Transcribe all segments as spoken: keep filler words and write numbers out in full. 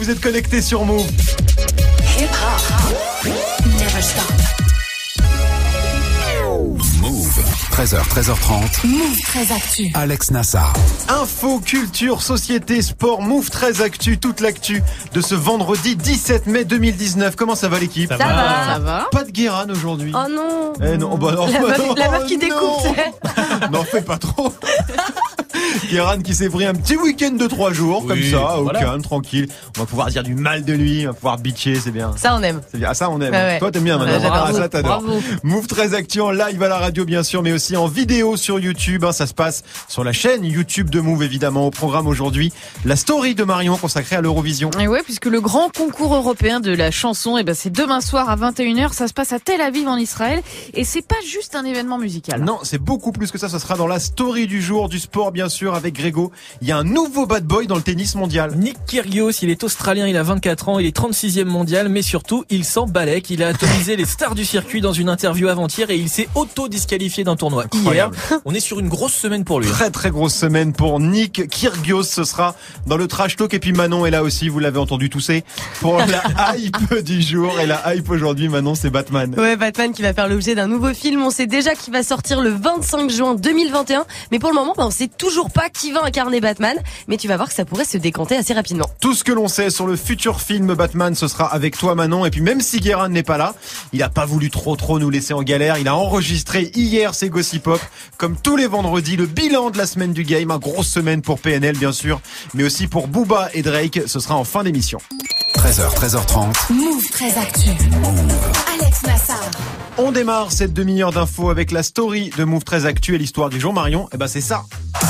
vous êtes connectés sur Move. Hip hop, never stop. Move, treize heures, treize heures trente. Move treize Actu. Alex Nassar. Info, culture, société, sport, Move treize Actu, toute l'actu de ce vendredi dix-sept mai deux mille dix-neuf. Comment ça va l'équipe? Ça, ça va. va. Ça va. Pas de Guérin aujourd'hui. Oh non. Eh non, bah non. La bah meuf, non, la meuf qui non. découpe. N'en fais pas trop. Guérin qui s'est pris un petit week-end de trois jours, Oui, comme ça, au voilà. calme, tranquille. On va pouvoir dire du mal de lui, on va pouvoir bitcher, c'est bien. Ça, on aime. C'est bien. Ah, ça, on aime. Ouais, ouais. Toi, t'aimes bien maintenant. Ouais, j'adore. Ah, ça, t'adores. Bravo. Move treize Actu en live à la radio, bien sûr, mais aussi en vidéo sur YouTube. Hein, ça se passe sur la chaîne YouTube de Move, évidemment. Au programme aujourd'hui, la story de Marion consacrée à l'Eurovision. Et ouais, puisque le grand concours européen de la chanson, eh ben, c'est demain soir à vingt et une heures. Ça se passe à Tel Aviv, en Israël. Et c'est pas juste un événement musical. Non, c'est beaucoup plus que ça. Ça sera dans la story du jour, du sport, bien sûr, avec Grégo. Il y a un nouveau bad boy dans le tennis mondial. Nick Kyrgios, il est australien, il a vingt-quatre ans, il est trente-sixième mondial, mais surtout, il s'en balèque. Il a atomisé les stars du circuit dans une interview avant-hier et il s'est auto-disqualifié d'un tournoi hier. On est sur une grosse semaine pour lui. Très très grosse semaine pour Nick Kyrgios. Ce sera dans le trash talk. Et puis Manon est là aussi, vous l'avez entendu tousser, pour la hype du jour. Et la hype aujourd'hui, Manon, c'est Batman. Ouais, Batman qui va faire l'objet d'un nouveau film. On sait déjà qu'il va sortir le vingt-cinq juin deux mille vingt et un. Mais pour le moment, bah, on sait toujours pas qui va incarner Batman. Mais tu vas voir que ça pourrait se décanter assez rapidement. Tout ce que l'on sait sur le futur film Batman, ce sera avec toi, Manon. Et puis même si Guérin n'est pas là, il a pas voulu trop trop nous laisser en galère. Il a enregistré hier ses Gossip Pop, comme tous les vendredis, le bilan de la semaine du game. Une grosse semaine pour P N L, bien sûr, mais aussi pour Booba et Drake. Ce sera en fin d'émission. treize heures, treize heures trente. Move treize Actu. Alex Nassar. On démarre cette demi-heure d'infos avec la story de Move treize Actu et l'histoire du jour. Marion, eh ben c'est ça.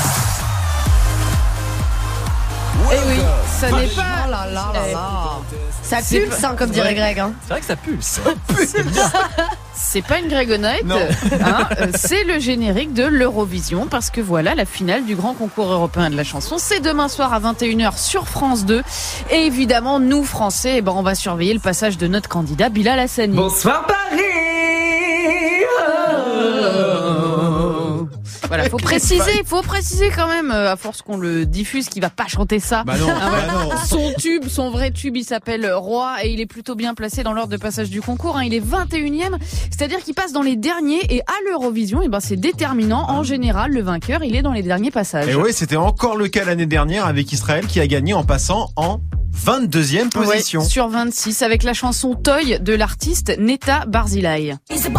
Eh oui, ça n'est pas... Oh là là là là. Ça C'est pulse, pas- hein, comme dirait Ouais. Greg. Hein. C'est vrai que ça pulse. C'est pas une Gregonite, Non. hein, euh, c'est le générique de l'Eurovision, parce que voilà, la finale du grand concours européen de la chanson, c'est demain soir à vingt et une heures sur France deux. Et évidemment, nous, Français, eh ben, on va surveiller le passage de notre candidat, Bilal Hassani. Bonsoir Paris. Voilà, faut préciser, faut préciser quand même, euh, à force qu'on le diffuse, qu'il va pas chanter ça. Bah non, Ah, voilà. bah non. Son tube, son vrai tube, il s'appelle Roi et il est plutôt bien placé dans l'ordre de passage du concours. Hein. Il est vingt et unième, c'est-à-dire qu'il passe dans les derniers et à l'Eurovision, et ben c'est déterminant. En général, le vainqueur, il est dans les derniers passages. Et oui, c'était encore le cas l'année dernière avec Israël qui a gagné en passant en vingt-deuxième position. Ouais, sur vingt-six, avec la chanson Toy de l'artiste Netta Barzilai.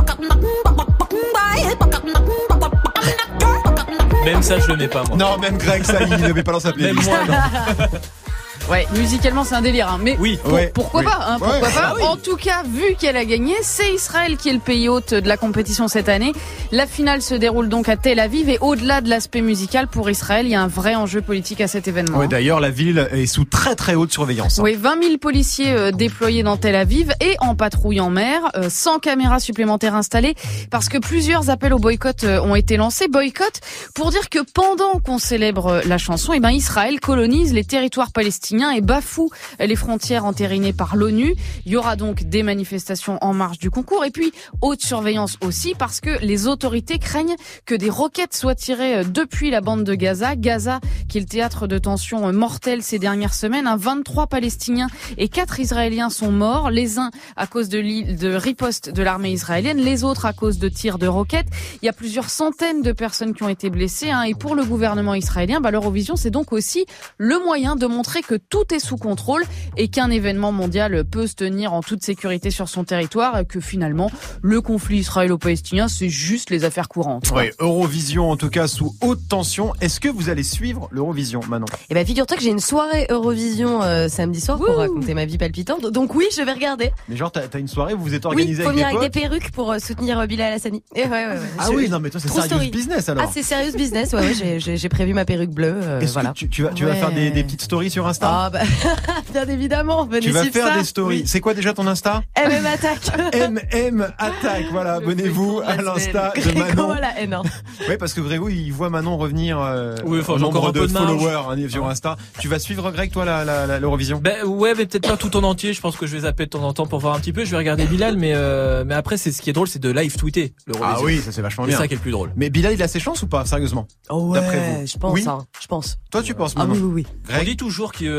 Même ça, je le mets pas, moi. Non, même Greg, ça, il ne met pas dans sa Même playlist. moi, non. Ouais, musicalement c'est un délire, hein. Mais Oui. pour- Ouais. pourquoi Oui. pas, hein, pourquoi Ouais. pas. Ah oui. En tout cas, vu qu'elle a gagné, c'est Israël qui est le pays hôte de la compétition cette année. La finale se déroule donc à Tel Aviv et au-delà de l'aspect musical, pour Israël, il y a un vrai enjeu politique à cet événement. Ouais, hein. d'ailleurs, la ville est sous très très haute surveillance. hein. Oui, vingt mille policiers euh, déployés dans Tel Aviv et en patrouille en mer, euh, cent caméras supplémentaires installées, parce que plusieurs appels au boycott euh, ont été lancés. Boycott pour dire que pendant qu'on célèbre euh, la chanson, eh ben Israël colonise les territoires palestiniens et bafoue les frontières entérinées par l'ONU. Il y aura donc des manifestations en marge du concours et puis haute surveillance aussi, parce que les autorités craignent que des roquettes soient tirées euh, depuis la bande de Gaza. Gaza qui est le théâtre de tensions euh, mortelles ces dernières semaines. Hein, vingt-trois Palestiniens et quatre Israéliens sont morts, les uns à cause de, de riposte de l'armée israélienne, les autres à cause de tirs de roquettes. Il y a plusieurs centaines de personnes qui ont été blessées. Hein, et pour le gouvernement israélien, bah, l'Eurovision, c'est donc aussi le moyen de montrer que tout est sous contrôle et qu'un événement mondial peut se tenir en toute sécurité sur son territoire, et que finalement, le conflit israélo-palestinien, c'est juste les affaires courantes. Oui, Eurovision en tout cas sous haute tension. Est-ce que vous allez suivre l'Eurovision, Manon? Et bah figure-toi que j'ai une soirée Eurovision euh, samedi soir pour Wouh. raconter ma vie palpitante. Donc oui, je vais regarder. Mais genre, t'as, t'as une soirée, vous vous êtes Oui, organisé faut avec venir des avec potes des perruques pour euh, soutenir euh, Bilal Hassani. Et ouais, ouais, ouais. Ah Je- oui, non mais toi c'est True serious story. business alors. Ah, c'est serious business. Ouais, ouais, j'ai, j'ai, j'ai prévu ma perruque bleue. Euh, Est-ce voilà. que tu, tu vas, tu vas Ouais. faire des, des petites stories sur Insta? Ah bah bien évidemment. Venez Tu vas suivre faire ça. des stories. Oui. C'est quoi déjà ton Insta? M M Attack. M M Attack. Voilà, abonnez-vous à l'Insta de Grégo Manon. à la haine. hein. Oui, parce que Grégo, il voit Manon revenir euh, Oui, enfin, au j'ai nombre encore un de peu de marge. followers hein, sur Insta. Tu vas suivre Greg, toi, la, la, la- l'Eurovision? Ben ouais, mais peut-être pas tout en entier. Je pense que je vais zapper de temps en temps pour voir un petit peu. Je vais regarder Bilal, mais euh, mais après, c'est ce qui est drôle, c'est de live tweeter l'Eurovision. Ah oui, ça c'est vachement C'est bien. ça qui est le plus drôle. Mais Bilal, il a ses chances ou pas, sérieusement? Oh D'après vous. je pense. Oui. Hein, je pense. Toi, tu penses, Ah Manon? oui, oui, oui. On Greg? dit toujours que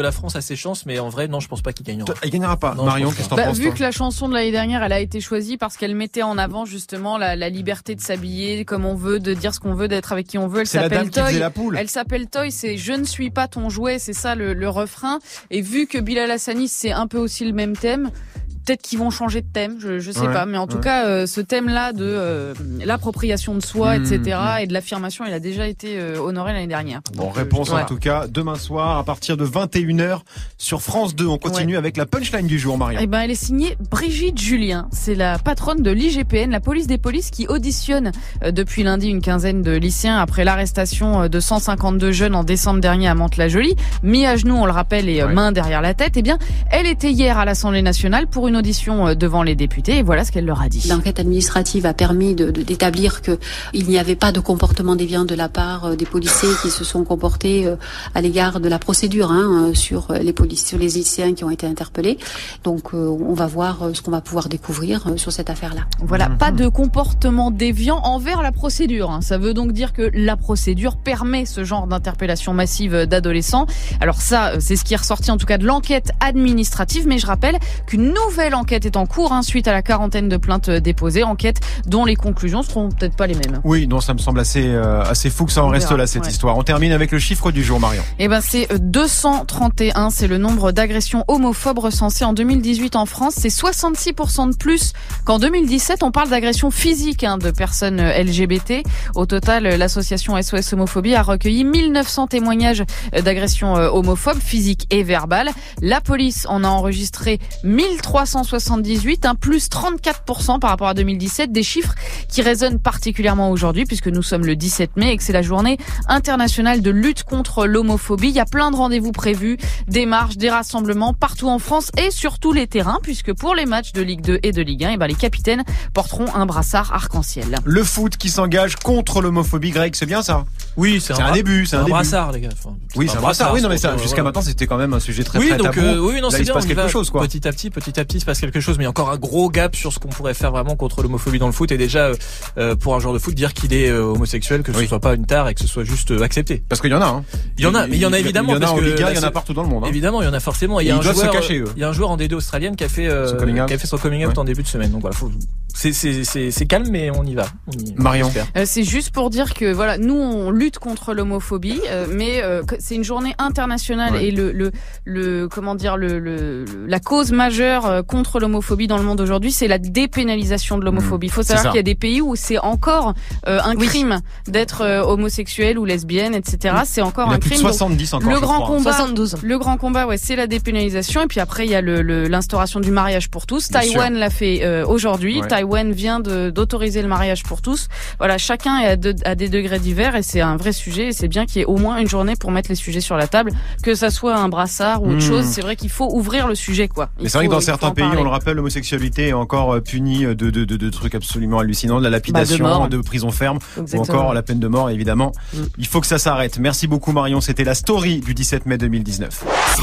la France a ses chances, mais en vrai, non, je pense pas qu'il gagnera. Il gagnera pas. Non, Marion, je pense qu'est-ce que t'en Bah, penses, vu toi que la chanson de l'année dernière, elle a été choisie parce qu'elle mettait en avant justement la, la liberté de s'habiller comme on veut, de dire ce qu'on veut, d'être avec qui on veut. Elle C'est la s'appelle dame qui faisait Toy. la poule. Elle s'appelle Toy. C'est je ne suis pas ton jouet. C'est ça le, le refrain. Et vu que Bilal Hassani, c'est un peu aussi le même thème. Peut-être qu'ils vont changer de thème, je, je sais Ouais, pas, mais en tout ouais. cas, euh, ce thème-là de euh, l'appropriation de soi, Mmh, et cetera, mmh. et de l'affirmation, il a déjà été euh, honoré l'année dernière. Bon, Donc, euh, réponse je- en ouais. tout cas demain soir à partir de vingt et une heures sur France deux. On continue avec la punchline du jour, Marion. Eh ben, elle est signée Brigitte Julien. C'est la patronne de l'I G P N, la police des polices, qui auditionne euh, depuis lundi une quinzaine de lycéens après l'arrestation euh, de cent cinquante-deux jeunes en décembre dernier à Mantes-la-Jolie, mis à genoux, on le rappelle, et euh, Ouais. mains derrière la tête. Eh bien, elle était hier à l'Assemblée nationale pour une audition euh, devant les députés, et voilà ce qu'elle leur a dit. L'enquête administrative a permis de, de- d'établir que il n'y avait pas de comportement déviant de la part euh, des policiers qui se sont comportés euh, à l'égard de la procédure hein, euh, sur les policiers, sur les lycéens qui ont été interpellés. Donc, euh, on va voir euh, ce qu'on va pouvoir découvrir euh, sur cette affaire-là. Voilà, pas de comportement déviant envers la procédure. hein. Ça veut donc dire que la procédure permet ce genre d'interpellation massive d'adolescents. Alors ça, euh, c'est ce qui est ressorti en tout cas de l'enquête administrative, mais je rappelle qu'une nouvelle enquête est en cours hein, suite à la quarantaine de plaintes euh, déposées, enquête dont les conclusions seront peut-être pas les mêmes. Oui, non, ça me semble assez euh, assez fou que ça en On reste verra, là cette ouais. histoire. On termine avec le chiffre du jour, Marion. Eh ben c'est euh, deux cent trente et un, c'est le nombre d'agressions homophobes recensées en deux mille dix-huit en France. C'est soixante-six pour cent de plus qu'en deux mille dix-sept. On parle d'agressions physiques hein, de personnes euh, L G B T. Au total, euh, l'association S O S Homophobie a recueilli mille neuf cents témoignages euh, d'agressions euh, homophobes, physiques et verbales. La police en a enregistré mille trois cent soixante-dix-huit, un plus trente-quatre pour cent par rapport à deux mille dix-sept. Des chiffres qui résonnent particulièrement aujourd'hui puisque nous sommes le dix-sept mai et que c'est la journée internationale de lutte contre l'homophobie. Il y a plein de rendez-vous prévus, des marches, des rassemblements partout en France et sur tous les terrains puisque pour les matchs de Ligue deux et de Ligue un, eh ben les capitaines porteront un brassard arc-en-ciel. Le foot qui s'engage contre l'homophobie, Greg, c'est bien ça? Oui, c'est C'est un, un début, c'est un un début. brassard, les gars. Enfin, Oui, c'est un brassard. Oui, non, mais ça, c'est- jusqu'à voilà. maintenant, c'était quand même un sujet très Oui, très donc tabou. euh, oui, non, Là, c'est il se bien. passe on y quelque va. chose, quoi. Petit à petit, petit à petit, il se passe quelque chose, mais il y a encore un gros gap sur ce qu'on pourrait faire vraiment contre l'homophobie dans le foot. Et déjà, euh, pour un joueur de foot, dire qu'il est euh, homosexuel, que ce Oui. soit pas une tare et que ce soit juste euh, accepté. Parce qu'il y en a, hein. Il y en a, mais il y en a évidemment. Il y en a parce en que Liga, là, il y en a c'est- partout dans le monde. hein. Évidemment, il y en a forcément. Il y Et a ils un doivent se joueur, cacher, eux. il y a un joueur en D deux australienne qui a fait, euh, Son coming out. qui a fait son coming out Ouais. en début de semaine. Donc voilà, faut, c'est, c'est, c'est, c'est calme, mais on y va. On y, Marion. on espère. Euh, c'est juste pour dire que voilà, nous on lutte contre l'homophobie, euh, mais euh, que c'est une journée internationale Ouais. et le, le le comment dire le, le la cause majeure euh, contre l'homophobie dans le monde aujourd'hui, c'est la dépénalisation de l'homophobie. Il faut c'est savoir ça. qu'il y a des pays où c'est encore euh, un Oui. crime d'être euh, homosexuel ou lesbienne, et cetera. C'est encore Il y en a un plus de crime. Donc, soixante-dix encore, le je grand crois. combat, soixante-douze. le grand combat, ouais, c'est la dépénalisation. Et puis après, il y a le, le- l'instauration du mariage pour tous. Bien Taïwan l'a fait euh, aujourd'hui. Ouais. Taïwan vient de, d'autoriser le mariage pour tous. Voilà, chacun est à, de- à des degrés divers et c'est un vrai sujet. Et c'est bien qu'il y ait au moins une journée pour mettre les sujets sur la table, que ça soit un brassard ou autre Mmh. chose. C'est vrai qu'il faut ouvrir le sujet, quoi. Il Mais c'est vrai que faut- dans il faut certains en pays, parler. on le rappelle, l'homosexualité est encore euh, punie de, de, de, de trucs absolument hallucinants, de la lapidation, Bah, de mort. de prison ferme, Exactement. ou encore la peine de mort, évidemment. Mm. Il faut que ça s'arrête. Merci beaucoup, Marion. C'était la story du dix-sept mai deux mille dix-neuf.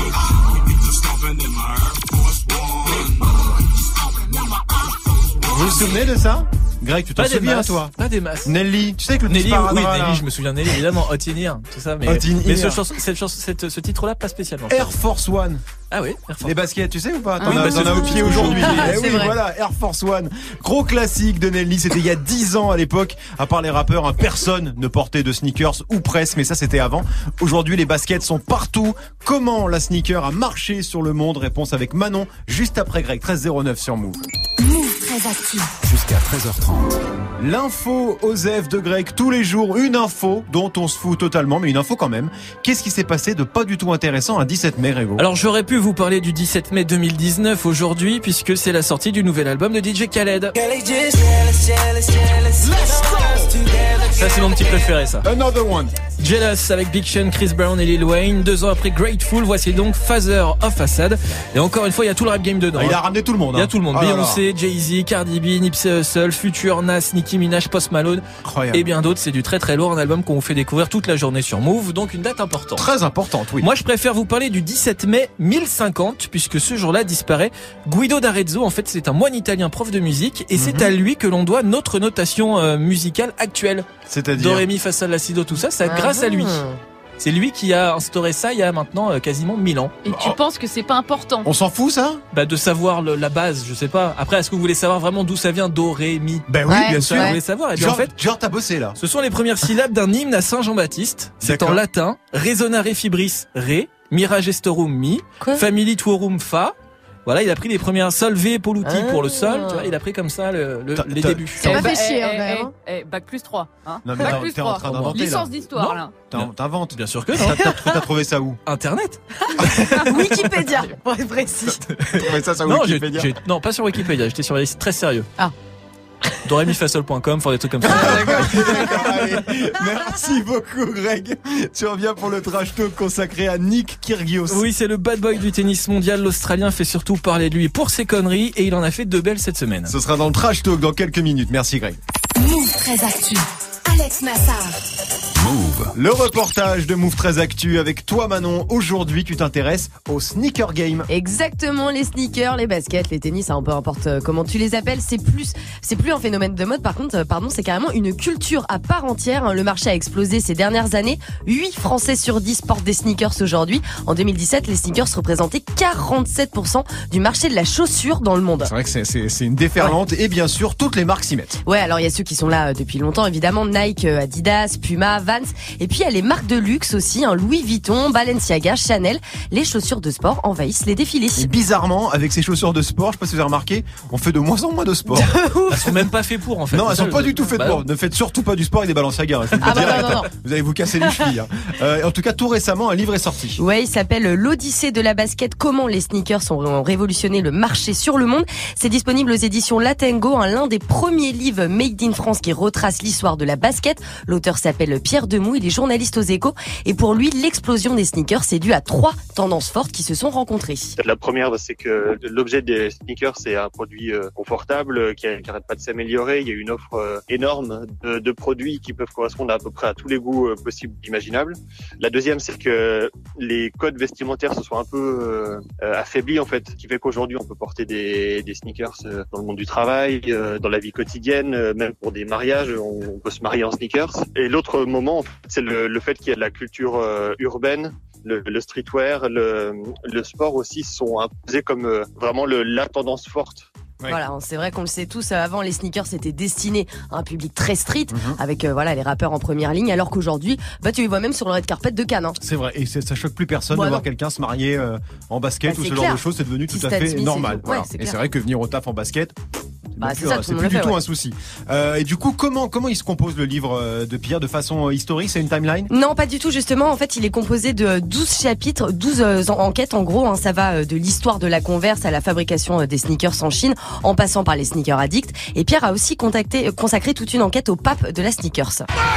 Vous vous souvenez de ça? Greg, tu t'en Pas des souviens, masses, toi? pas des masses. Nelly, tu sais que le Nelly, petit oui, sparadrap, là. Nelly, je me souviens de Nelly, évidemment, Hot in Here, tout ça, mais, Hot in mais Here. ce, chanson- cette chanson, cette, ce titre-là, pas spécialement. Air Force One. Ah oui, Air Force. Les baskets, tu sais ou pas? T'en Ah, as, bah, t'en c'est as au tout. pied aujourd'hui. Ah, Eh c'est oui, vrai. voilà, Air Force One. Gros classique de Nelly. C'était il y a dix ans à l'époque. À part les rappeurs, hein, personne ne portait de sneakers ou presque, mais ça c'était avant. Aujourd'hui, les baskets sont partout. Comment la sneaker a marché sur le monde? Réponse avec Manon, juste après Greg. treize zéro neuf sur Move. Move très actu. Jusqu'à treize heures trente. L'info Osef de Greg, tous les jours, une info dont on se fout totalement, mais une info quand même. Qu'est-ce qui s'est passé de pas du tout intéressant un dix-sept mai, Grégo? Alors j'aurais pu vous parler du dix-sept mai deux mille dix-neuf aujourd'hui, puisque c'est la sortie du nouvel album de D J Khaled. Ça c'est mon petit préféré, ça. Another one. Jealous avec Big Sean, Chris Brown et Lil Wayne. Deux ans après Grateful, voici donc Father of Assad. Et encore une fois, il y a tout le rap game dedans. Ah, il a hein. ramené tout le monde. Il y a hein. tout le monde. Ah là là. Beyoncé, Jay-Z, Cardi B, Nipsey Hussle, Future, Nas, Nicki Minaj, Post Malone Incroyable. et bien d'autres. C'est du très très lourd, un album qu'on vous fait découvrir toute la journée sur Move, donc une date importante. Très importante, oui. Moi, je préfère vous parler du dix-sept mai mille cinquante, puisque ce jour-là disparaît Guido d'Arezzo. En fait, c'est un moine italien prof de musique, et c'est Mhm. à lui que l'on doit notre notation euh, musicale actuelle. C'est-à-dire. Do, ré, mi, fa, sol, la, si, do, tout ça, c'est grâce à lui. C'est lui qui a instauré ça il y a maintenant euh, quasiment mille ans. Et tu penses que c'est pas important? On s'en fout, ça? Bah de savoir le, la base, je sais pas. Après, est-ce que vous voulez savoir vraiment d'où ça vient, do, ré, mi? Ben oui, Ouais, bien Ça, sûr. vous voulez savoir? Et bien Genre, en fait, genre t'as bossé là. ce sont les premières syllabes d'un hymne à Saint Jean-Baptiste. C'est D'accord. en latin. Resonare fibris, ré. Mira gestorum, mi. Quoi? Famili tuorum, fa. Voilà, il a pris les premières solve polluti Ah. pour le sol. Tu vois, il a pris comme ça le, le- T'as- les t'as- débuts. Ça m'a Eh, fait bah, chier, eh, hein, eh, quand même, hein. eh, eh, bac plus trois. Hein. Non, mais Bac t'es- plus t'es en trois. train d'inventer là. Licence d'histoire, Non. là. T'in- T'inventes. Bien sûr que T'as non. t'as- t'as trouvé ça où? Internet. Wikipédia, pour être précis. T'as trouvé ça sur Non, j'ai, Wikipédia? j'ai- non, pas sur Wikipédia. J'étais sur des sites très sérieux. Ah. doremifasol point com, faire des trucs comme ça. D'accord, allez. Merci beaucoup, Greg. Tu reviens pour le trash talk consacré à Nick Kyrgios. Oui, c'est le bad boy du tennis mondial. L'Australien fait surtout parler de lui pour ses conneries et il en a fait de belles cette semaine. Ce sera dans le trash talk dans quelques minutes. Merci, Greg. Move très actu. Alex Nassar. Move. Le reportage de Move très Actu avec toi, Manon. Aujourd'hui, tu t'intéresses au sneaker game. Exactement, les sneakers, les baskets, les tennis, hein, peu importe euh, comment tu les appelles, c'est plus, c'est plus un phénomène de mode. Par contre, euh, pardon, c'est carrément une culture à part entière. hein. Le marché a explosé ces dernières années. huit Français sur dix portent des sneakers aujourd'hui. En deux mille dix-sept, les sneakers représentaient quarante-sept pour cent du marché de la chaussure dans le monde. C'est vrai que c'est, c'est, c'est une déferlante et bien sûr, toutes les marques s'y mettent. Ouais, alors il y a ceux qui sont là euh, depuis longtemps, évidemment, Nike, euh, Adidas, Puma, Vans, et puis il y a les marques de luxe aussi, hein, Louis Vuitton, Balenciaga, Chanel. Les chaussures de sport envahissent les défilés. Et bizarrement, avec ces chaussures de sport, je sais pas si vous avez remarqué, on fait de moins en moins de sport. Elles sont même pas faites pour en fait. Non, elles sont Ça, pas je- du tout faites Bah, pour. Ne faites surtout pas du sport avec des Balenciaga. hein, je vous le Ah dis bah direct. non, non, non. Vous allez vous casser les chevilles. hein. Euh, en tout cas, tout récemment, un livre est sorti. Ouais, il s'appelle l'Odyssée de la basket. Comment les sneakers ont révolutionné le marché sur le monde. C'est disponible aux éditions Latengo, hein, l'un des premiers livres made in France qui retrace l'histoire de la basket. L'auteur s'appelle Pierre Demou, il est journaliste aux Échos. Et pour lui, l'explosion des sneakers, c'est dû à trois tendances fortes qui se sont rencontrées. La première, c'est que l'objet des sneakers, c'est un produit euh, confortable, euh, qui n'arrête pas de s'améliorer. Il y a une offre euh, énorme de, de produits qui peuvent correspondre à peu près à tous les goûts euh, possibles, imaginables. La deuxième, c'est que les codes vestimentaires se sont un peu euh, affaiblis, en fait, ce qui fait qu'aujourd'hui, on peut porter des, des sneakers euh, dans le monde du travail, euh, dans la vie quotidienne, euh, même pour des mariages, on, on peut se marier en sneakers. Et l'autre moment, en fait, c'est le, le fait qu'il y a de la culture euh, urbaine. Le, le streetwear, le, le sport aussi sont imposés comme euh, vraiment le, la tendance forte. Ouais. Voilà, c'est vrai qu'on le sait tous. Avant, les sneakers étaient destinés à un public très street, Mhm. avec euh, voilà les rappeurs en première ligne, alors qu'aujourd'hui, bah tu les vois même sur le red carpet de Cannes. hein. C'est vrai, et c'est- ça choque plus personne Bah de non. voir quelqu'un se marier euh, en basket Bah, ou c'est ce genre clair. de choses, c'est devenu Petit tout à Stan fait Smith et normal. tout. Voilà. Ouais, c'est Et clair. c'est vrai que venir au taf en basket, c'est Bah, même c'est plus, ça, euh, tout c'est le plus monde du le fait, tout ouais. un souci. Euh, et du coup, comment comment il se compose le livre euh, de Pierre de façon euh, historique? C'est une timeline? Non, pas du tout, justement. En fait, il est composé de douze chapitres, douze euh, en- enquêtes, en gros. hein. Ça va euh, de l'histoire de la Converse à la fabrication euh, des sneakers en Chine, en passant par les sneakers addicts. Et Pierre a aussi contacté, euh, consacré toute une enquête au pape de la sneakers.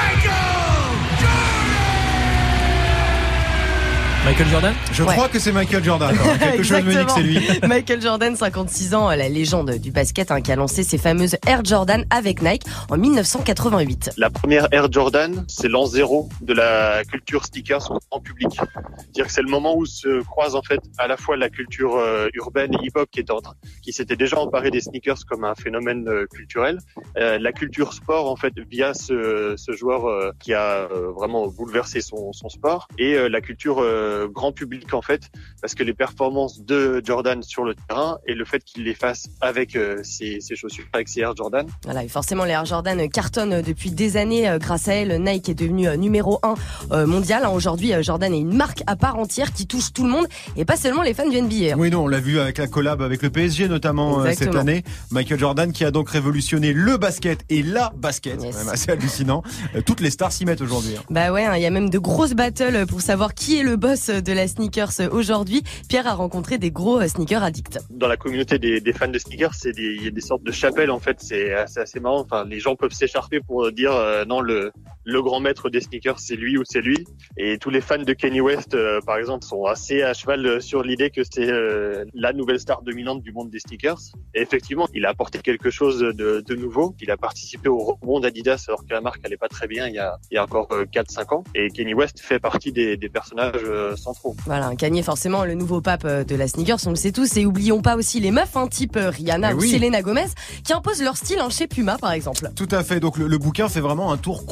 Michael Jordan. Je Ouais. crois que c'est Michael Jordan. Alors, quelque chose me dit que c'est lui. Michael Jordan, cinquante-six ans, la légende du basket, hein, qui a lancé ses fameuses Air Jordan avec Nike en mille neuf cent quatre-vingt-huit. La première Air Jordan, c'est l'an zéro de la culture sneakers en public. C'est-à-dire que c'est le moment où se croise en fait à la fois la culture euh, urbaine et hip-hop qui est en train, qui s'était déjà emparée des sneakers comme un phénomène euh, culturel, euh, la culture sport en fait via ce, ce joueur euh, qui a euh, vraiment bouleversé son, son sport, et euh, la culture euh, grand public en fait, parce que les performances de Jordan sur le terrain et le fait qu'il les fasse avec euh, ses, ses chaussures, avec ses Air Jordan. Voilà, et forcément, les Air Jordan cartonnent depuis des années. Euh, Grâce à elle, Nike est devenu euh, numéro un euh, mondial. hein. Aujourd'hui, euh, Jordan est une marque à part entière qui touche tout le monde et pas seulement les fans du N B A. hein. Oui, non, on l'a vu avec la collab avec le P S G notamment euh, cette Exactement. année. Michael Jordan qui a donc révolutionné le basket et la basket. Yes. C'est quand même assez hallucinant. Euh, Toutes les stars s'y mettent aujourd'hui. hein. Bah ouais, hein, il y a même de grosses battles pour savoir qui est le boss de la sneakers aujourd'hui. Pierre a rencontré des gros euh, sneakers addicts. Dans la communauté des, des fans de sneakers, c'est des, il y a des sortes de chapelles en fait. C'est assez, assez marrant. Enfin, les gens peuvent s'écharper pour dire euh, non, le le grand maître des sneakers, c'est lui ou c'est lui. Et tous les fans de Kanye West, euh, par exemple, sont assez à cheval sur l'idée que c'est euh, la nouvelle star dominante du monde des sneakers. Et effectivement, il a apporté quelque chose de, de nouveau. Il a participé au rebond d'Adidas alors que la marque allait pas très bien il y a, il y a encore euh, quatre cinq ans. Et Kanye West fait partie des, des personnages euh, centraux. Voilà, un Kanye forcément le nouveau pape euh, de la sneakers, on le sait tous. Et oublions pas aussi les meufs, hein, type euh, Rihanna Eh ou oui. Selena Gomez, qui imposent leur style hein, chez Puma par exemple. Tout à fait. Donc le, le bouquin fait vraiment un tour complet sur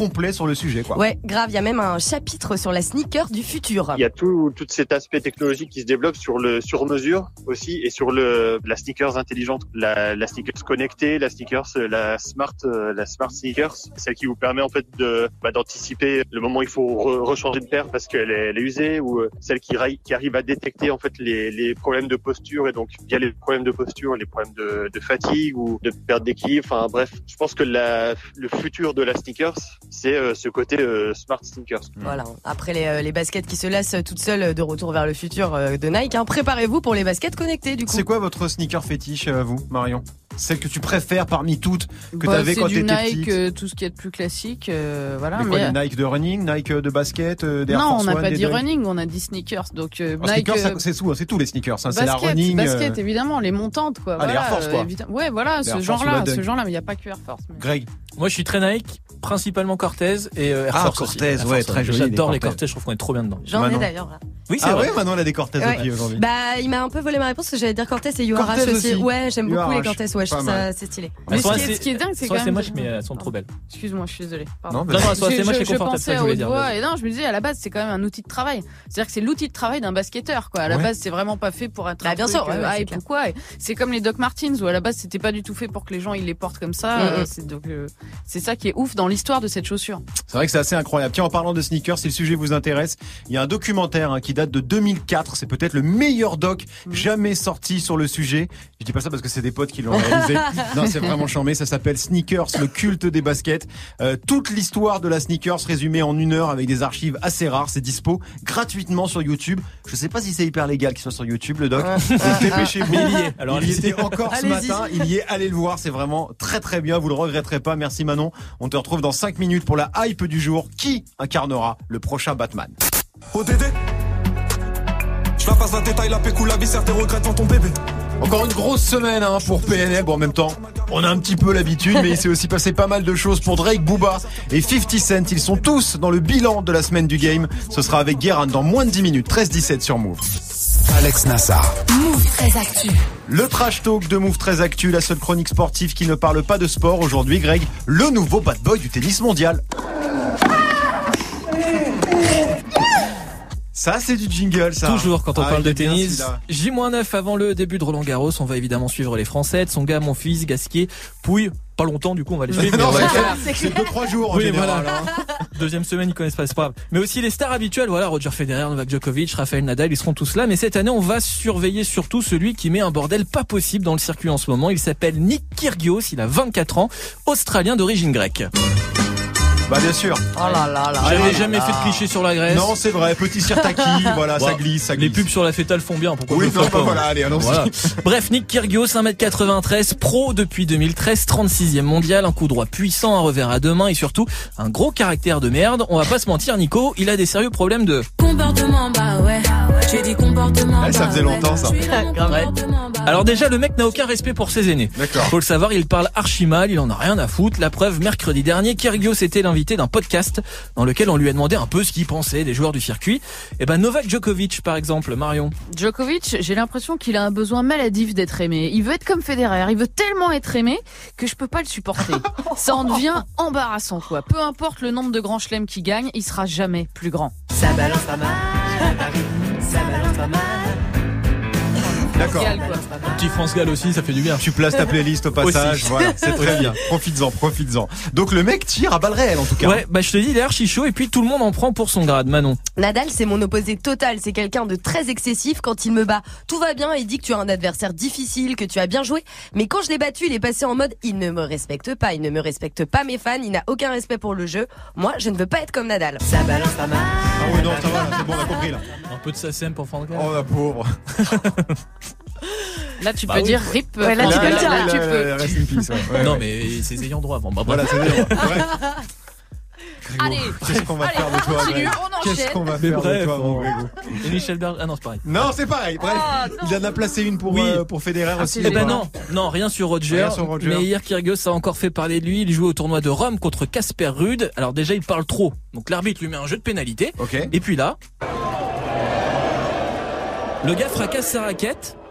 sur le sujet, quoi. Ouais, grave, il y a même un chapitre sur la sneaker du futur. Il y a tout, tout cet aspect technologique qui se développe sur le sur-mesure aussi et sur le la sneakers intelligente, la, la sneakers connectée, la sneakers, la smart, la smart sneakers, celle qui vous permet en fait de bah, d'anticiper le moment où il faut re- rechanger de paire parce qu'elle est, elle est usée, ou celle qui, qui arrive à détecter en fait les, les problèmes de posture, et donc via les problèmes de posture, les problèmes de, de fatigue ou de perte d'équilibre. Enfin bref, je pense que la, le futur de la sneakers, c'est euh, ce côté euh, smart sneakers. Voilà. Après les, euh, les baskets qui se lassent toutes seules de retour vers le futur euh, de Nike, hein, préparez-vous pour les baskets connectées du coup. C'est quoi votre sneaker fétiche, euh, vous, Marion? Celle que tu préfères parmi toutes que bah, t'avais quand t'étais petite? C'est du Nike, euh, tout ce qui est de plus classique, euh, voilà. Mais quoi, mais... des Nike de running, Nike de basket, euh, des Air Non, Force on n'a One, pas des dit Dunk? running, on a dit sneakers. Donc euh, Alors, Nike, sneakers, euh, c'est tout, c'est tous les sneakers. Hein, c'est la basket, running. basket, euh, évidemment, les montantes, quoi. Ah, les voilà, Air Force, quoi. euh, évidemment. Ouais, voilà, Les ce Air Force genre-là, ou la ce Dunk. genre-là, mais il n'y a pas que Air Force. Mais... Greg. Moi, je suis très Nike, principalement Cortez et euh, Air Ah, Force Cortez, aussi. Air ouais, Force, très joli, les J'adore les Cortez. Cortez, je trouve qu'on est trop bien dedans. J'en Manon. ai d'ailleurs là. Oui, c'est Ah vrai. ouais, maintenant on a des Cortez Ouais. au pied aujourd'hui. Bah, il m'a un peu volé ma réponse parce que j'allais dire Cortez et Yoarash Cortez aussi. aussi. Ouais, j'aime beaucoup Yoarash, les Cortez, ouais, je pas trouve mal. ça c'est stylé. Mais Elles ce sont qui, est, assez- ce qui est dingue, c'est elles sont quand assez même... moches, mais elles sont trop belles. Excuse-moi, je suis désolée. Pardon. Non, Non, non, elles sont assez Je- moches et je, je confortables, c'est pensais ça que à je voulais haute dire. voix, vas-y. et non, je me disais, à la base, c'est quand même un outil de travail. C'est-à-dire que c'est l'outil de travail d'un basketteur, quoi. À la Ouais. base, c'est vraiment pas fait pour être Bah, un bien truc, sûr, ouais, ouais, euh, c'est hype clair. ou quoi. Et c'est comme les Doc Martens, où à la base, c'était pas du tout fait pour que les gens, ils les portent comme ça. Mm, Euh, mm. c'est donc, euh, c'est ça qui est ouf dans l'histoire de cette chaussure. C'est vrai que c'est assez incroyable. Tiens, en parlant de sneakers, si le sujet vous intéresse, il y a un documentaire hein, qui date de deux mille quatre. C'est peut-être le meilleur doc jamais sorti sur le sujet. Je dis pas ça parce que c'est des potes qui l'ont réalisé. Non, c'est vraiment charmé. Ça s'appelle Sneakers, le culte des baskets. Euh, toute l'histoire de la sneakers résumée en une heure avec des archives assez rares. C'est dispo gratuitement sur YouTube. Je sais pas si c'est hyper légal qu'il soit sur YouTube, le doc. Dépêchez-vous. Mais il y est. Alors, il y allez-y. était encore ce Allez-y. matin. Il y est. Allez le voir. C'est vraiment très très bien. Vous le regretterez pas. Merci Manon. On te retrouve dans cinq minutes pour la hype du jour. Qui incarnera le prochain Batman? O D D, je la passe la détail, la pécou, la viscère, tes regrets devant ton bébé. Encore une grosse semaine hein, pour P N L. Bon, en même temps, on a un petit peu l'habitude, mais il s'est aussi passé pas mal de choses pour Drake, Booba et fifty Cent. Ils sont tous dans le bilan de la semaine du game. Ce sera avec Guérin dans moins de dix minutes. treize dix-sept sur Move. Alex Nassar. Move très actu. Le trash talk de Move très actu, la seule chronique sportive qui ne parle pas de sport. Aujourd'hui, Greg, le nouveau bad boy du tennis mondial. Ça, c'est du jingle, ça. Toujours quand on Ah, parle il de est bien, tennis. celui-là. J neuf avant le début de Roland Garros. On va évidemment suivre les Français. Tsonga, Monfils, Gasquet, Pouille. Pas longtemps, du coup, on va les suivre. mais Non, on va c'est les faire. clair. C'est deux, trois jours en Oui, général. voilà. hein. Deuxième semaine, ils connaissent pas, c'est pas grave. Mais aussi les stars habituelles, voilà, Roger Federer, Novak Djokovic, Rafael Nadal, ils seront tous là. Mais cette année, on va surveiller surtout celui qui met un bordel pas possible dans le circuit en ce moment. Il s'appelle Nick Kyrgios, il a vingt-quatre ans, australien d'origine grecque. Bah, bien sûr. Oh là là là. J'avais là jamais là. fait de cliché sur la Grèce. Non, c'est vrai. Petit Sirtaki, voilà, Bon, ça glisse, ça Les glisse. pubs sur la fétale font bien, pourquoi Oui, je le non, ferais bah pas, voilà, hein. allez, allons-y. Voilà. Bref, Nick Kyrgios, un mètre quatre-vingt-treize, pro depuis deux mille treize, trente-sixième mondial, un coup droit puissant, un revers à deux mains et surtout un gros caractère de merde. On va pas se mentir, Nico, il a des sérieux problèmes de... Comportement, bah ouais. J'ai dit comportement. Eh, ça bah faisait ouais. longtemps, ça. Je suis dans mon Grave. comportement, bah Alors déjà, le mec n'a aucun respect pour ses aînés. D'accord. Faut le savoir, il parle archi mal, il en a rien à foutre. La preuve, mercredi dernier, Kyrgios était l'invité d'un podcast dans lequel on lui a demandé un peu ce qu'il pensait des joueurs du circuit. Et ben Novak Djokovic, par exemple, Marion. Djokovic, j'ai l'impression qu'il a un besoin maladif d'être aimé. Il veut être comme Federer, il veut tellement être aimé que je peux pas le supporter. Ça en devient embarrassant, quoi. Peu importe le nombre de grands chelems qu'il gagne, il sera jamais plus grand. Ça balance pas mal. Ça balance pas mal. D'accord. Gal, quoi. Petit France Gall aussi, ça fait du bien. Tu places ta playlist au passage, Aussi. voilà, c'est très bien. Profites-en, profites-en. Donc le mec tire à balles réelles en tout cas. Ouais, bah je te dis, il est archi chaud et puis tout le monde en prend pour son grade, Manon. Nadal, c'est mon opposé total. C'est quelqu'un de très excessif. Quand il me bat, tout va bien. Il dit que tu as un adversaire difficile, que tu as bien joué. Mais quand je l'ai battu, il est passé en mode il ne me respecte pas. Il ne me respecte pas mes fans. Il n'a aucun respect pour le jeu. Moi, je ne veux pas être comme Nadal. Ça balance pas mal. Ah ouais, non, ça va, là, c'est bon, on a compris là. Un peu de Sassem pour France Gall. Oh la pauvre. Là, tu Bah peux oui. dire rip. Ouais, là, tu Franck, peux le dire. là, tu Là, peux. là, rest in peace, ouais. Ouais, Non ouais. mais ses ayants droit. Bon, bah, Voilà, bref. c'est bien. Bref. Grégo, Allez, qu'est-ce qu'on va allez, faire de on toi, continue, Greg on enchaîne. Qu'est-ce qu'on va Mais faire bref, de toi, mon on- Grégo Et Michel Berger, ah non c'est pareil. Non, c'est pareil. Bref, Ah, non. il en a placé une pour Oui. euh, pour Federer Ah, aussi. c'est Eh ben bon. non, non, rien sur Roger. Rien sur Roger. Mais hier, Kyrgios a encore fait parler de lui. Il joue au tournoi de Rome contre Casper Ruud. Alors déjà, il parle trop. Donc l'arbitre lui met un jeu de pénalité. Ok. Et puis là, le gars fracasse sa raquette.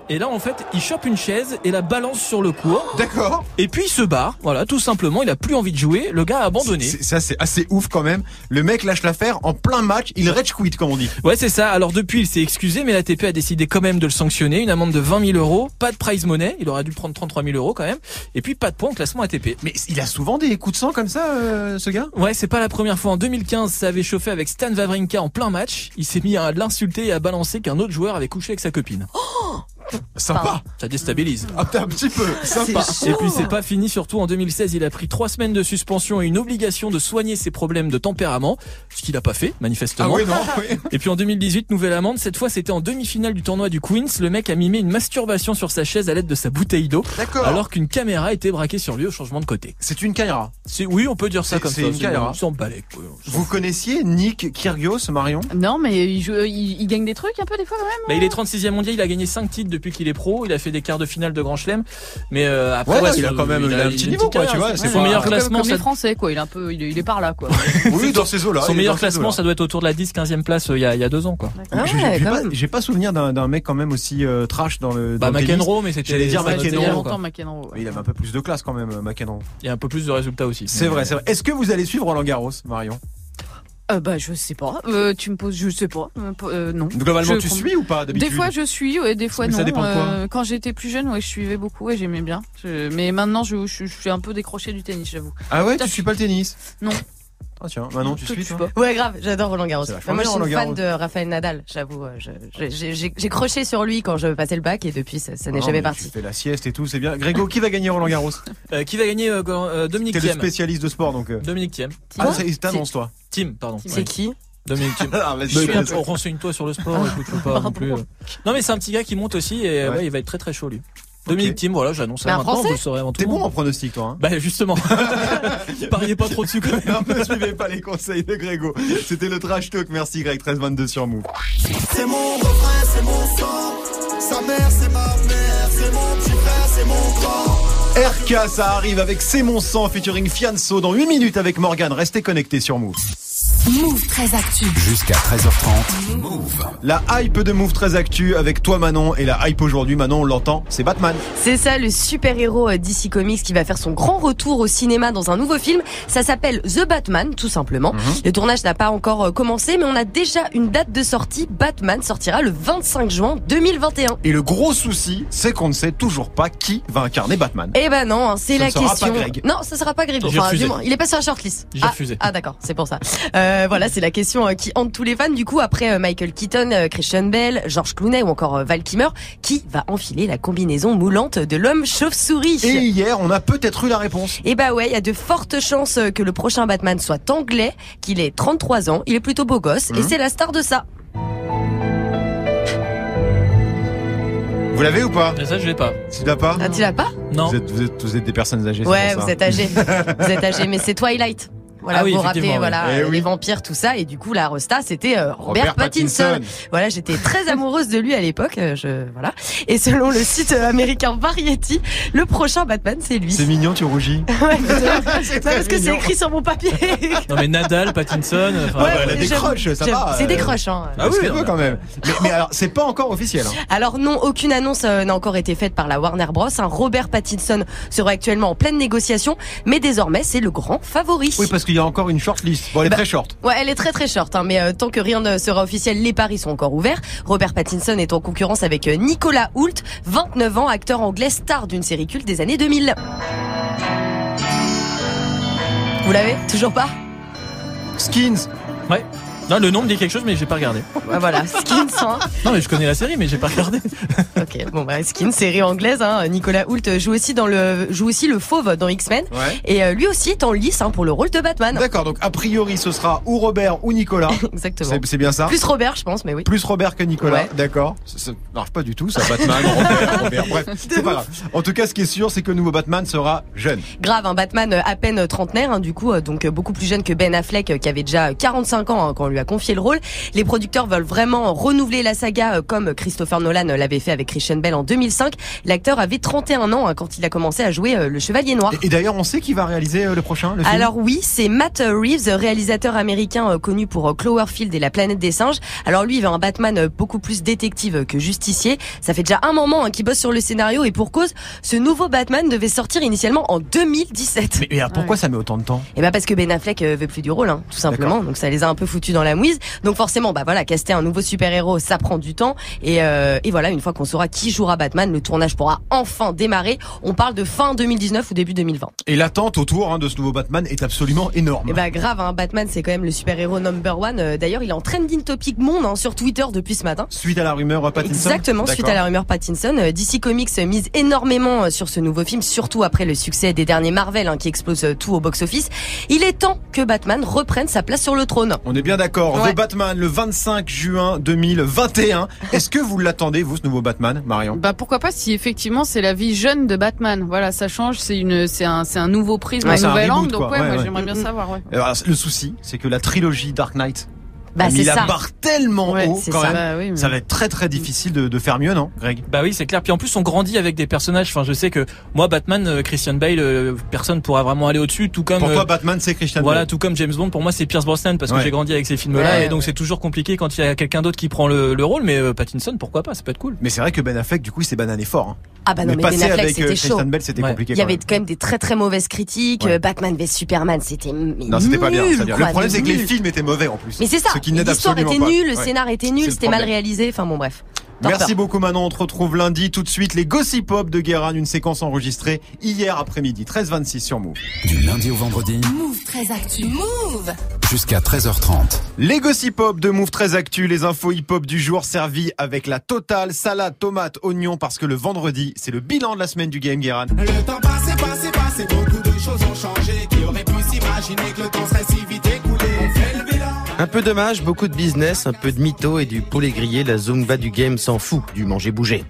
Et là, en fait, il chope une chaise et la balance sur le court. D'accord. Et puis il se barre. Voilà, tout simplement. Il a plus envie de jouer. Le gars a abandonné. C'est, ça, c'est assez ouf quand même. Le mec lâche l'affaire en plein match. Il rage quit, comme on dit. Ouais, c'est ça. Alors depuis, il s'est excusé, mais l'A T P a décidé quand même de le sanctionner. Une amende de vingt mille euros. Pas de prize money. Il aurait dû prendre trente-trois mille euros quand même. Et puis pas de points au classement A T P. Mais il a souvent des coups de sang comme ça, euh, ce gars. Ouais, c'est pas la première fois. En deux mille quinze, ça avait chauffé avec Stan Wawrinka en plein match. Il s'est mis à l'insulter et à balancer qu'un autre joueur avait couché avec sa copine. Oh Sympa. Ça déstabilise. Ah, t'es un petit peu sympa. Et puis c'est pas fini, surtout en deux mille seize, il a pris trois semaines de suspension et une obligation de soigner ses problèmes de tempérament, ce qu'il a pas fait, manifestement. Ah oui, non, oui. Et puis en deux mille dix-huit, nouvelle amende, cette fois c'était en demi-finale du tournoi du Queens, le mec a mimé une masturbation sur sa chaise à l'aide de sa bouteille d'eau. D'accord. Alors qu'une caméra était braquée sur lui au changement de côté. C'est une caméra. C'est, oui, on peut dire ça C'est- comme c'est ça. une caméra. Sans balai, quoi. Vous connaissiez Nick Kyrgios, Marion? Non, mais il, joue, il, il gagne des trucs un peu des fois quand même. Bah, il est trente-sixième mondial, il a gagné cinq titres depuis qu'il est pro, il a fait des quarts de finale de Grand Chelem, mais euh, après Ouais, ouais, il a ce- quand même- il a un petit une niveau, petite quoi, tu carrière, vois, c'est c'est son pas- meilleur Comme, classement. comme les ça- Français, quoi. Il est un peu, il est, il est par là, quoi. Oui, dans ces eaux-là. Son il est meilleur dans ces classement, eaux-là. ça doit être autour de la dix, quinzième place euh, il y a, il y a deux ans, quoi. Ah J'ai- ouais, j'ai, quand pas, même. j'ai pas souvenir d'un, d'un mec quand même aussi euh, trash dans le. Bah, dans le tennis. McEnroe, mais c'était. J'allais dire ça Ouais, datait c'était il y a McEnroe, longtemps, longtemps, quoi. McEnroe. ouais. Il avait un peu plus de classe quand même, euh, McEnroe. Il y a un peu plus de résultats aussi. C'est Mais, vrai, euh, c'est vrai. Est-ce que vous allez suivre Roland Garros, Marion? Euh, bah, je sais pas. Euh, tu me poses, je sais pas. Euh, euh, non. Globalement, Je tu prends- suis ou pas d'habitude? Des fois je suis, ouais, des fois Mais non. ça dépend de quoi Euh, quand j'étais plus jeune, ouais, je suivais beaucoup et j'aimais bien. Je- Mais maintenant, je, je, je suis un peu décroché du tennis, j'avoue. Ah ouais, T'as- tu suis pas le tennis? Non. Ah tiens, Manon, tu Toi, suis tu toi? pas. Ouais, grave, j'adore Roland Garros. C'est vachement Moi, je bien, suis une Roland fan de Raphaël Nadal, j'avoue. euh, je- je- J'ai j'ai- j'ai croché sur lui quand je passais le bac et depuis, ça, ça n'est Non, jamais mais parti. Tu fais la sieste et tout, c'est bien. Grégo, qui va gagner Roland Garros? euh, qui va gagner euh, euh, Dominique T'es le Thiem. spécialiste de sport, donc. euh. Dominique Thiem. Ah, c'est- t'annonces, toi. Tim, pardon. C'est Ouais. qui Dominique Thiem. Ah, vas-y, Mais je écoute, suis- oh, renseigne-toi sur le sport, écoute, faut pas non plus. euh. Non mais c'est un petit gars qui monte aussi et Ouais. ouais, il va être très très chaud lui. Dominique Thiem, voilà, j'annonce ça Mais un maintenant, Français vous le saurez avant tout T'es le bon monde. en pronostic, toi, hein? Bah justement. Pariez pas trop dessus quand même. Non, ne suivez pas les conseils de Grégo. C'était le trash talk. Merci Greg, treize vingt-deux sur Move. C'est mon refrain, c'est mon sang. Sa mère, c'est ma mère. C'est mon petit frère, c'est mon grand. R K, ça arrive avec C'est mon sang featuring Fianso dans huit minutes avec Morgane. Restez connectés sur Move. Move très actu. Jusqu'à treize heures trente. Move. La hype de Move très actu avec toi Manon. Et la hype aujourd'hui, Manon, on l'entend, c'est Batman. C'est ça, le super-héros euh, D C Comics qui va faire son grand retour au cinéma dans un nouveau film. Ça s'appelle The Batman, tout simplement. Mm-hmm. Le tournage n'a pas encore euh, commencé, mais on a déjà une date de sortie. Batman sortira le vingt-cinq juin deux mille vingt et un. Et le gros souci, c'est qu'on ne sait toujours pas qui va incarner Batman. Eh ben non, hein, c'est Ce la ne sera question. pas Greg. Non, ça sera pas Greg. J'ai Enfin, refusé. du moins, il est pas sur la shortlist. J'ai ah, refusé. ah d'accord, c'est pour ça. Euh, voilà, c'est la question euh, qui hante tous les fans. Du coup, après euh, Michael Keaton, euh, Christian Bale, George Clooney ou encore euh, Val Kilmer, qui va enfiler la combinaison moulante de l'homme chauve-souris? Et hier, on a peut-être eu la réponse. Et bah ouais, il y a de fortes chances euh, que le prochain Batman soit anglais, qu'il ait trente-trois ans, il est plutôt beau gosse, et Mhm. c'est la star de ça. Vous l'avez ou pas? Et ça je l'ai pas. Tu l'as pas? Ah, tu l'as pas? Non. Vous êtes, vous êtes, vous êtes des personnes âgées. c'est Ouais, pour vous ça. êtes âgé. Vous êtes âgé, mais c'est Twilight. Voilà, Ah oui, vous vous rappelez, effectivement, voilà, oui. Eh euh, oui. les vampires, tout ça, et du coup, la resta, c'était euh, Robert, Robert Pattinson. Pattinson. Voilà, j'étais très amoureuse de lui à l'époque, euh, je, voilà. Et selon le site euh, américain Variety, le prochain Batman, c'est lui. C'est mignon, tu rougis. Ouais, mais c'est- C'est non, très parce que c'est mignon. écrit sur mon papier. Non mais Nadal, Pattinson, enfin, Ouais, elle a des j'avoue, croches, ça j'avoue. va, C'est euh. des croches, hein. Ah oui, on a- quand même. Mais, mais alors, c'est pas encore officiel. Hein. Alors non, aucune annonce euh, n'a encore été faite par la Warner Bros. Hein. Robert Pattinson serait actuellement en pleine négociation, mais désormais c'est le grand favori. Oui, parce qu'il y a encore une short list. Bon, elle est Bah, très short. Ouais, elle est très très short, hein, mais euh, tant que rien ne sera officiel, les paris sont encore ouverts. Robert Pattinson est en concurrence avec euh, Nicolas Hoult, vingt-neuf ans, acteur anglais star d'une série culte des années deux mille. Vous l'avez? Toujours pas? Skins. Ouais. Non, le nom me dit quelque chose mais j'ai pas regardé. Ouais, voilà, Skins, hein. Non mais je connais la série mais j'ai pas regardé. Ok, bon bah Skins, série anglaise, hein. Nicolas Hoult joue aussi dans le joue aussi le fauve dans X-Men, Ouais. et euh, lui aussi est en lice hein, pour le rôle de Batman. D'accord, donc a priori, ce sera ou Robert ou Nicolas. Exactement. C'est, c'est bien ça? Plus Robert, je pense, mais oui. Plus Robert que Nicolas, Ouais. d'accord. Ça, ça marche pas du tout, ça, Batman, Robert, Robert, bref, c'est pas grave. En tout cas, ce qui est sûr, c'est que le nouveau Batman sera jeune. Grave, un Batman euh, à peine trentenaire, hein, du coup, euh, donc euh, beaucoup plus jeune que Ben Affleck, euh, qui avait déjà quarante-cinq ans hein, quand on lui a a confié le rôle. Les producteurs veulent vraiment renouveler la saga euh, comme Christopher Nolan l'avait fait avec Christian Bale en deux mille cinq. L'acteur avait trente et un ans hein, quand il a commencé à jouer euh, le Chevalier Noir. Et, et d'ailleurs, on sait qui va réaliser euh, le prochain, le film. Alors oui, c'est Matt Reeves, réalisateur américain euh, connu pour euh, Cloverfield et la planète des singes. Alors lui, il veut un Batman euh, beaucoup plus détective que justicier. Ça fait déjà un moment hein, qu'il bosse sur le scénario et pour cause, ce nouveau Batman devait sortir initialement en deux mille dix-sept. Mais, mais alors, pourquoi ouais. ça met autant de temps? Et bah parce que Ben Affleck euh, veut plus du rôle, hein, tout simplement. D'accord. Donc ça les a un peu foutus dans la mouise. Donc forcément, bah voilà, caster un nouveau super-héros, ça prend du temps. Et, euh, et voilà, une fois qu'on saura qui jouera Batman, le tournage pourra enfin démarrer. On parle de fin deux mille dix-neuf ou début deux mille vingt. Et l'attente autour hein, de ce nouveau Batman est absolument énorme. Et bah grave, hein, Batman c'est quand même le super-héros number one. Euh, d'ailleurs, il est en trending topic monde hein, sur Twitter depuis ce matin. Suite à la rumeur Pattinson. Exactement, D'accord. suite à la rumeur Pattinson. Euh, D C Comics mise énormément sur ce nouveau film, surtout après le succès des derniers Marvel hein, qui explosent tout au box-office. Il est temps que Batman reprenne sa place sur le trône. On est bien d'accord. Ouais. The Batman le vingt-cinq juin deux mille vingt et un. Est-ce que vous l'attendez, vous, ce nouveau Batman, Marion? Bah pourquoi pas, si effectivement c'est la vie jeune de Batman. Voilà, ça change, c'est une, c'est un, c'est un nouveau prisme, ouais, un nouvel angle. Donc ouais, ouais, moi ouais. j'aimerais bien savoir. Ouais. Alors, le souci, c'est que la trilogie Dark Knight. Bah, mais c'est la ça. barre tellement ouais, haut quand ça. même. Bah, oui, mais... Ça va être très très difficile de, de faire mieux, non, Greg? Bah oui, c'est clair. Puis en plus, on grandit avec des personnages. Enfin, je sais que moi, Batman, euh, Christian Bale, euh, personne pourra vraiment aller au-dessus. Tout comme. Pour toi, euh, Batman, c'est Christian voilà, Bale. tout comme James Bond. Pour moi, c'est Pierce Brosnan parce que ouais. j'ai grandi avec ces films-là, ouais, et donc ouais. c'est toujours compliqué quand il y a quelqu'un d'autre qui prend le, le rôle. Mais euh, Pattinson, pourquoi pas? Ça peut être cool. Mais c'est vrai que Ben Affleck, du coup, il s'est banané fort. Hein. Ah bah non, mais, mais Ben passer Affleck, avec c'était Christian chaud. Bale, c'était Ouais. compliqué. Il y avait quand même. quand même des très très mauvaises critiques. Ouais. Batman v Superman, c'était non, c'était pas bien. Ça quoi, le problème, c'est que les nul. films étaient mauvais en plus. Mais c'est ça. Ce qui n'aide L'histoire absolument était pas. nulle, le Ouais. scénar était C'est nul, le c'était mal problème. réalisé. Enfin bon, bref. Merci beaucoup Manon, on te retrouve lundi. Tout de suite, les Gossip Pop de Guérin, une séquence enregistrée hier après-midi, treize vingt-six sur Move. Du lundi au vendredi. Move très actu. Move. Jusqu'à treize heures trente. Les Gossip Pop de Move très actu, les infos hip-hop du jour servies avec la totale salade, tomate, oignon, parce que le vendredi, c'est le bilan de la semaine du game, Guérin. Le temps passé, passé, passé, beaucoup de choses ont changé. Qui aurait pu s'imaginer que le temps serait si vite écoulé? On fait le bilan. Un peu dommage, beaucoup de business, un peu de mytho et du poulet grillé, la Zumba du game s'en fout du manger-bouger.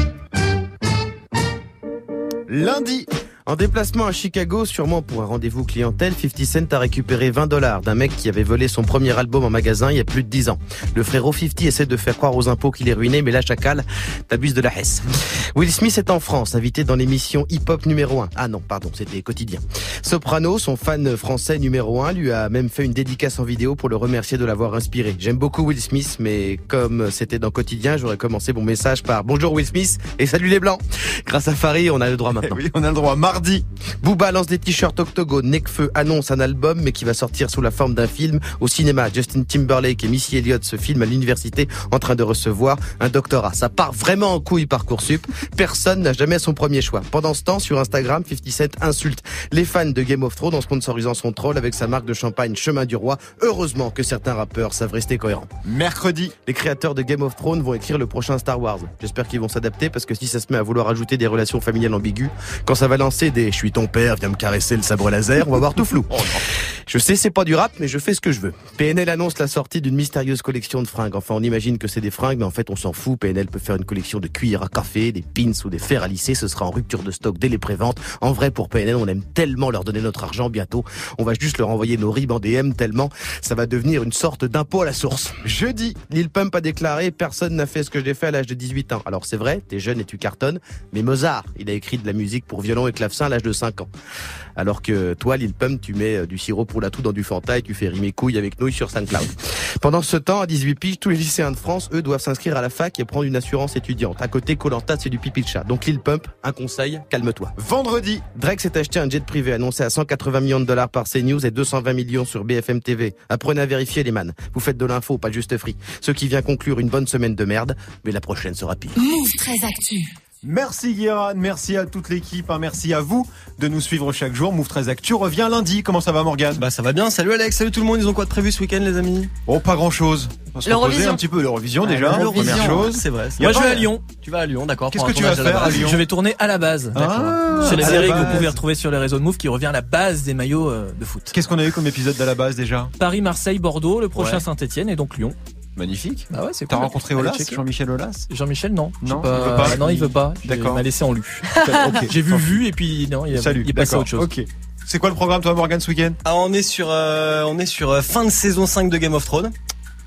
Lundi. En déplacement à Chicago, sûrement pour un rendez-vous clientèle, fifty Cent a récupéré vingt dollars d'un mec qui avait volé son premier album en magasin il y a plus de dix ans. Le frérot fifty essaie de faire croire aux impôts qu'il est ruiné, mais la chacal, t'abuses de la hesse. Will Smith est en France, invité dans l'émission hip-hop numéro un. Ah non, pardon, c'était quotidien. Soprano, son fan français numéro un, lui a même fait une dédicace en vidéo pour le remercier de l'avoir inspiré. J'aime beaucoup Will Smith, mais comme c'était dans quotidien, j'aurais commencé mon message par bonjour Will Smith et salut les blancs. Grâce à Farid, on a le droit maintenant. Oui, on a le droit. Mardi. Booba lance des t-shirts Octogone. Nekfeu annonce un album, mais qui va sortir sous la forme d'un film au cinéma. Justin Timberlake et Missy Elliott se filment à l'université en train de recevoir un doctorat. Ça part vraiment en couille Parcoursup. Personne n'a jamais son premier choix. Pendant ce temps, sur Instagram, fifty Cent insulte les fans de Game of Thrones en sponsorisant son troll avec sa marque de champagne Chemin du Roi. Heureusement que certains rappeurs savent rester cohérents. Mercredi. Les créateurs de Game of Thrones vont écrire le prochain Star Wars. J'espère qu'ils vont s'adapter parce que si ça se met à vouloir ajouter des relations familiales ambiguës, quand ça va lancer des « je suis ton père, viens me caresser le sabre laser », on va voir tout flou. Oh je sais, c'est pas du rap, mais je fais ce que je veux. P N L annonce la sortie d'une mystérieuse collection de fringues. Enfin, on imagine que c'est des fringues, mais en fait, on s'en fout. P N L peut faire une collection de cuillères à café, des pins ou des fers à lisser. Ce sera en rupture de stock dès les préventes. En vrai, pour P N L, on aime tellement leur donner notre argent bientôt. On va juste leur envoyer nos ribs en D M tellement ça va devenir une sorte d'impôt à la source. Jeudi, Lil Pump a déclaré « Personne n'a fait ce que j'ai fait à l'âge de dix-huit ans ». Alors c'est vrai, t'es jeune et tu cartonnes, mais Mozart, il a écrit de la musique pour violon et clavecin à l'âge de cinq ans. Alors que toi, Lil Pump, tu mets du sirop pour la toux dans du Fanta et tu fais rimer couilles avec nouilles sur SoundCloud. Pendant ce temps, à dix-huit piges, tous les lycéens de France, eux, doivent s'inscrire à la fac et prendre une assurance étudiante. À côté, Koh-Lanta, c'est du pipi de chat. Donc Lil Pump, un conseil, calme-toi. Vendredi. Drake s'est acheté un jet privé annoncé à cent quatre-vingts millions de dollars par CNews et deux cent vingt millions sur B F M T V. Apprenez à vérifier les man. Vous faites de l'info, pas juste free. Ce qui vient conclure une bonne semaine de merde, mais la prochaine sera pire. Move très actu. Merci Guérin, merci à toute l'équipe, hein, merci à vous de nous suivre chaque jour. Move très actu revient lundi. Comment ça va Morgane? Bah ça va bien. Salut Alex, salut tout le monde. Ils ont quoi de prévu ce week-end les amis? Oh pas grand chose. On va se reposer un petit peu. L'Eurovision ah, déjà. L'Eurovision, première chose. C'est vrai. Moi je vais pas... à Lyon. Tu vas à Lyon, d'accord. Qu'est-ce que tu vas faire à Lyon? Je vais tourner à la base. Ah, c'est les séries que vous base. pouvez retrouver sur les réseaux de Move qui revient à la base des maillots euh, de foot. Qu'est-ce qu'on a eu comme épisode de la base déjà? Paris, Marseille, Bordeaux, le prochain ouais. Saint-Etienne et donc Lyon. Magnifique. Bah ouais, c'est T'as cool. rencontré Aulas, Jean-Michel Aulas? Jean-Michel, non. Non, pas... il veut pas. Non, il veut pas. D'accord. Il m'a laissé en lu. Okay. J'ai vu vu et puis non, il, a... Salut. il est passé à autre chose. Ok. C'est quoi le programme toi Morgan ce week-end? Ah, on est sur euh, on est sur euh, fin de saison cinq de Game of Thrones.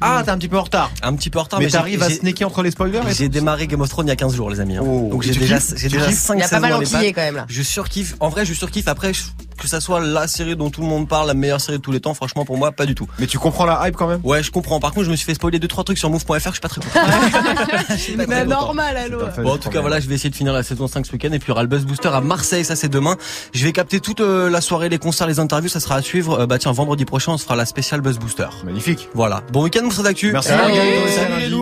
Ah, t'es un petit peu en retard. Un petit peu en retard, mais, mais t'arrives à j'ai- snacker entre les spoilers et J'ai démarré Game of Thrones il y a quinze jours, les amis. hein. Oh. Donc Et j'ai tu déjà, kiffes j'ai Tu déjà kiffes cinq Il y a pas saisons mal dans les enquillé pattes. quand même là. Je surkiffe. En vrai, je surkiffe. Après, je- que ça soit la série dont tout le monde parle, la meilleure série de tous les temps, franchement, pour moi, pas du tout. Mais tu comprends la hype quand même? Ouais, je comprends. Par contre, je me suis fait spoiler deux trois trucs sur move point f r, je suis pas très content. Je suis pas très Mais content. normal, allô. Bon, en tout cas, voilà, je vais essayer de finir la saison cinq ce week-end et puis il y aura le Buzz Booster à Marseille, ça c'est demain. Je vais capter toute euh, la soirée, les concerts, les interviews, ça sera à suivre. Euh, bah tiens, vendredi prochain, on se fera la spéciale Buzz Booster. Magnifique. Voilà. Bon week-end, mon d'actu. Merci. Salut. Marguerite. Salut les loups.